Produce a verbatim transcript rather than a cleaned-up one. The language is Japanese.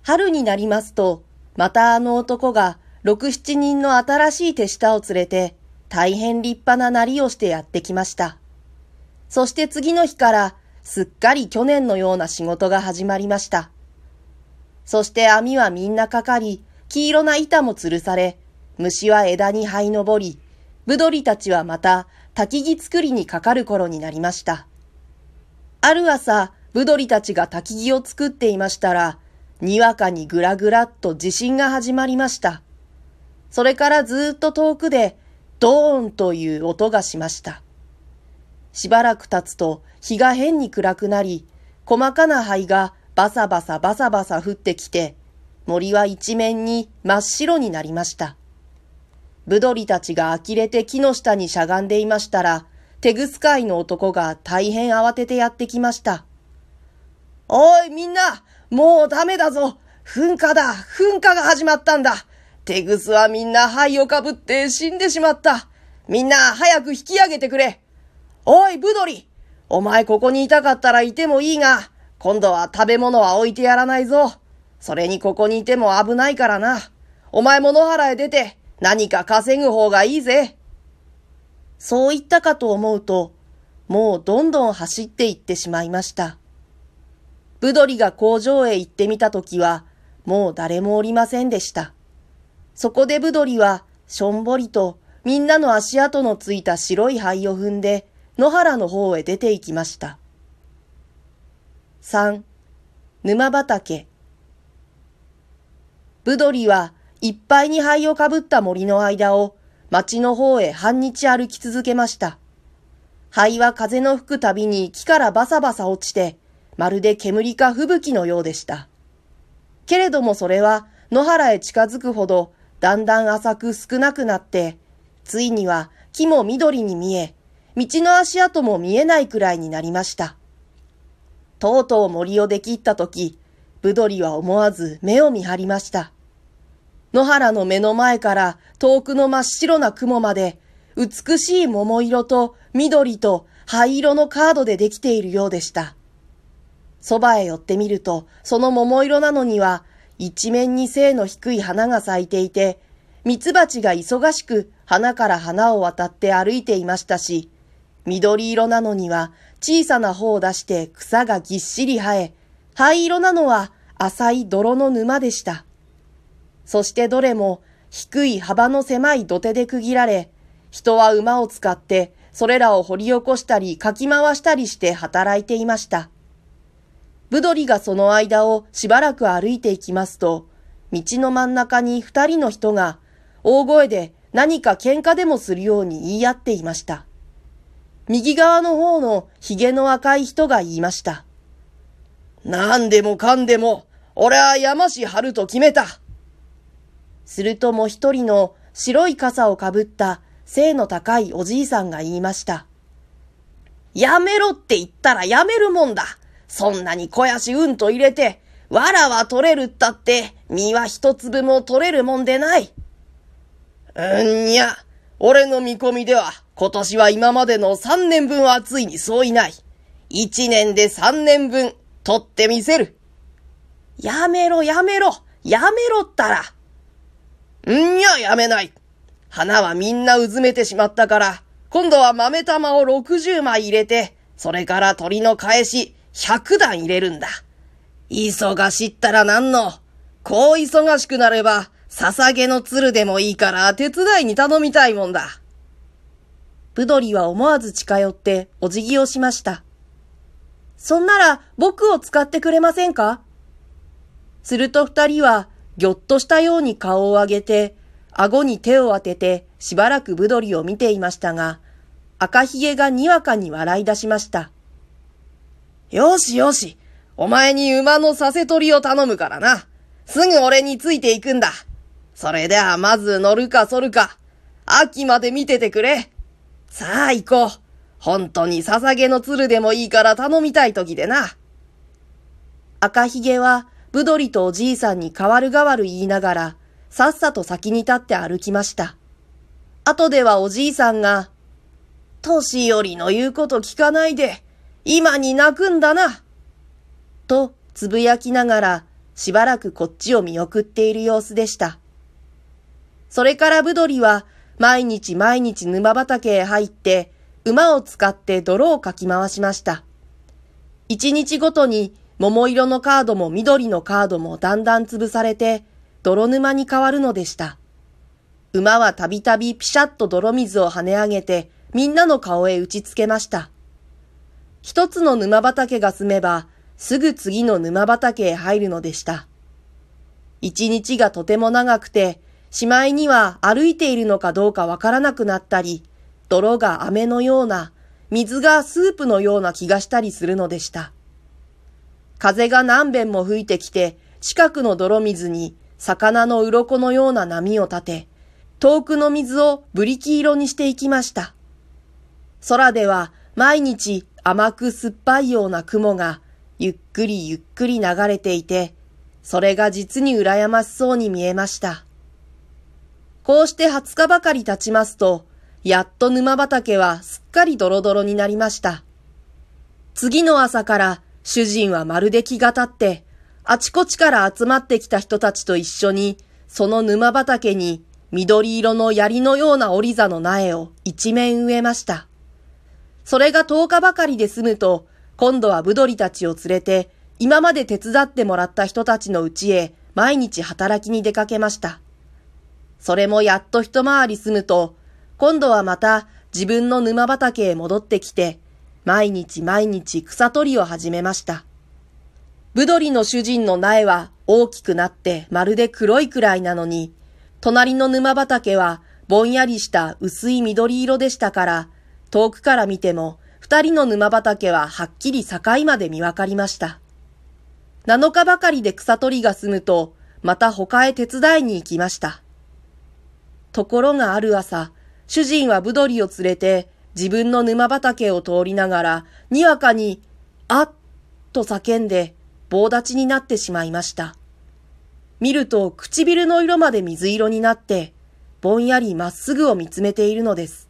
春になりますと、またあの男が六七人の新しい手下を連れて、大変立派ななりをしてやってきました。そして次の日から、すっかり去年のような仕事が始まりました。そして網はみんなかかり、黄色な板も吊るされ、虫は枝に這い登り、ぶどりたちはまた焚き木作りにかかる頃になりました。ある朝、ぶどりたちが焚き木を作っていましたら、にわかにぐらぐらっと地震が始まりました。それからずっと遠くで、ドーンという音がしました。しばらく経つと日が変に暗くなり、細かな灰がバサバサバサバサ降ってきて、森は一面に真っ白になりました。ぶどりたちが呆れて木の下にしゃがんでいましたら、テグスカイの男が大変慌ててやってきました。おいみんな、もうダメだぞ。噴火だ、噴火が始まったんだ。テグスはみんな灰をかぶって死んでしまった。みんな早く引き上げてくれ。おい、ブドリ、お前ここにいたかったらいてもいいが、今度は食べ物は置いてやらないぞ。それにここにいても危ないからな。お前も野原へ出て何か稼ぐ方がいいぜ。そう言ったかと思うと、もうどんどん走って行ってしまいました。ブドリが工場へ行ってみたときは、もう誰もおりませんでした。そこでブドリはしょんぼりとみんなの足跡のついた白い灰を踏んで、野原の方へ出て行きました。さん. 沼畑。ブドリはいっぱいに灰をかぶった森の間を町の方へ半日歩き続けました。灰は風の吹くたびに木からバサバサ落ちて、まるで煙か吹雪のようでした。けれどもそれは野原へ近づくほどだんだん浅く少なくなって、ついには木も緑に見え、道の足跡も見えないくらいになりました。とうとう森を出切ったとき、ブドリは思わず目を見張りました。野原の目の前から遠くの真っ白な雲まで、美しい桃色と緑と灰色のカードでできているようでした。そばへ寄ってみると、その桃色なのには、一面に背の低い花が咲いていて、ミツバチが忙しく花から花を渡って歩いていましたし、緑色なのには小さな穂を出して草がぎっしり生え、灰色なのは浅い泥の沼でした。そしてどれも低い幅の狭い土手で区切られ、人は馬を使ってそれらを掘り起こしたりかき回したりして働いていました。ブドリがその間をしばらく歩いていきますと、道の真ん中に二人の人が大声で何か喧嘩でもするように言い合っていました。右側の方のひげの赤い人が言いました。なんでもかんでも、俺は山師張ると決めた。するともう一人の白い傘をかぶった背の高いおじいさんが言いました。やめろって言ったらやめるもんだ。そんなに肥やしうんと入れて、藁は取れるったって、実は一粒も取れるもんでない。うんにゃ、俺の見込みでは、今年は今までの三年分はついにそういない。一年で三年分、取ってみせる。やめろやめろ、やめろったら。うんにゃ、やめない。花はみんなうずめてしまったから、今度は豆玉を六十枚入れて、それから鳥の返し、百段入れるんだ。忙しったらなんの。こう忙しくなれば、捧げの鶴でもいいから手伝いに頼みたいもんだ。ブドリは思わず近寄ってお辞儀をしました。そんなら僕を使ってくれませんか？すると二人はぎょっとしたように顔を上げて、顎に手を当ててしばらくブドリを見ていましたが、赤ひげがにわかに笑い出しました。よしよし、お前に馬のさせ取りを頼むからな。すぐ俺についていくんだ。それではまず乗るか反るか、秋まで見ててくれ。さあ行こう。本当に捧げの鶴でもいいから頼みたい時でな。赤ひげはブドリとおじいさんに代わる代わる言いながら、さっさと先に立って歩きました。後ではおじいさんが、年寄りの言うこと聞かないで、今に泣くんだな。とつぶやきながら、 しばらくこっちを見送っている様子でした。それからブドリは毎日毎日沼畑へ入って馬を使って泥をかき回しました。一日ごとに桃色のカードも緑のカードもだんだん潰されて泥沼に変わるのでした。馬はたびたびピシャッと泥水を跳ね上げてみんなの顔へ打ちつけました。一つの沼畑が済めばすぐ次の沼畑へ入るのでした。一日がとても長くて、しまいには歩いているのかどうかわからなくなったり、泥が飴のような、水がスープのような気がしたりするのでした。風が何遍も吹いてきて、近くの泥水に魚の鱗のような波を立て、遠くの水をブリキ色にしていきました。空では毎日甘く酸っぱいような雲がゆっくりゆっくり流れていて、それが実に羨ましそうに見えました。こうして二十日ばかり経ちますと、やっと沼畑はすっかりドロドロになりました。次の朝から主人はまるで気が立って、あちこちから集まってきた人たちと一緒に、その沼畑に緑色の槍のようなオリザの苗を一面植えました。それが十日ばかりで済むと、今度はブドリたちを連れて、今まで手伝ってもらった人たちの家へ毎日働きに出かけました。それもやっと一回り済むと、今度はまた自分の沼畑へ戻ってきて、毎日毎日草取りを始めました。ブドリの主人の苗は大きくなってまるで黒いくらいなのに、隣の沼畑はぼんやりした薄い緑色でしたから、遠くから見ても二人の沼畑ははっきり境まで見わかりました。七日ばかりで草取りが済むと、また他へ手伝いに行きました。ところがある朝、主人はブドリを連れて自分の沼畑を通りながら、にわかに、あっと叫んで棒立ちになってしまいました。見ると唇の色まで水色になって、ぼんやりまっすぐを見つめているのです。